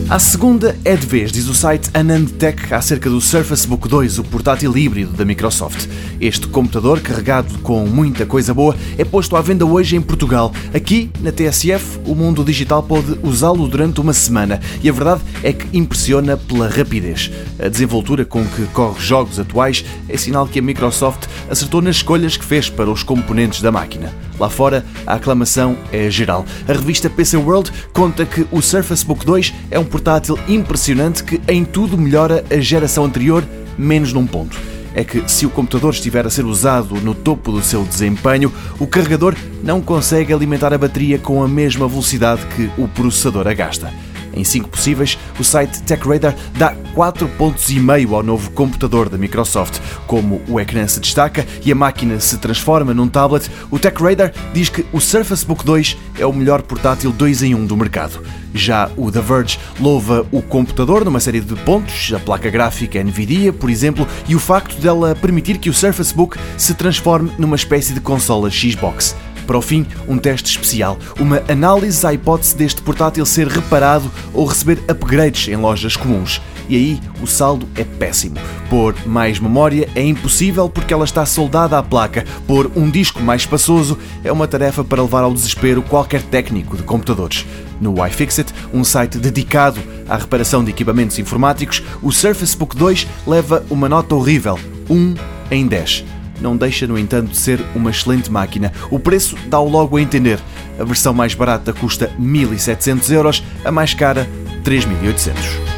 A segunda é de vez, diz o site Anand Tech acerca do Surface Book 2, o portátil híbrido da Microsoft. Este computador, carregado com muita coisa boa, é posto à venda hoje em Portugal. Aqui, na TSF, o mundo digital pode usá-lo durante uma semana e a verdade é que impressiona pela rapidez. A desenvoltura com que corre jogos atuais é sinal que a Microsoft acertou nas escolhas que fez para os componentes da máquina. Lá fora, a aclamação é geral. A revista PC World conta que o Surface Book 2 é um portátil impressionante que em tudo melhora a geração anterior, menos num ponto. É que se o computador estiver a ser usado no topo do seu desempenho, o carregador não consegue alimentar a bateria com a mesma velocidade que o processador a gasta. Em 5 possíveis, o site TechRadar dá 4,5 pontos ao novo computador da Microsoft. Como o ecrã se destaca e a máquina se transforma num tablet, o TechRadar diz que o Surface Book 2 é o melhor portátil 2 em 1 do mercado. Já o The Verge louva o computador numa série de pontos, a placa gráfica NVIDIA, por exemplo, e o facto dela permitir que o Surface Book se transforme numa espécie de consola Xbox. Para o fim, um teste especial, uma análise à hipótese deste portátil ser reparado ou receber upgrades em lojas comuns. E aí, o saldo é péssimo. Pôr mais memória é impossível porque ela está soldada à placa. Pôr um disco mais espaçoso é uma tarefa para levar ao desespero qualquer técnico de computadores. No iFixit, um site dedicado à reparação de equipamentos informáticos, o Surface Book 2 leva uma nota horrível, 1 em 10. Não deixa, no entanto, de ser uma excelente máquina. O preço dá-o logo a entender. A versão mais barata custa 1.700 €, a mais cara 3.800.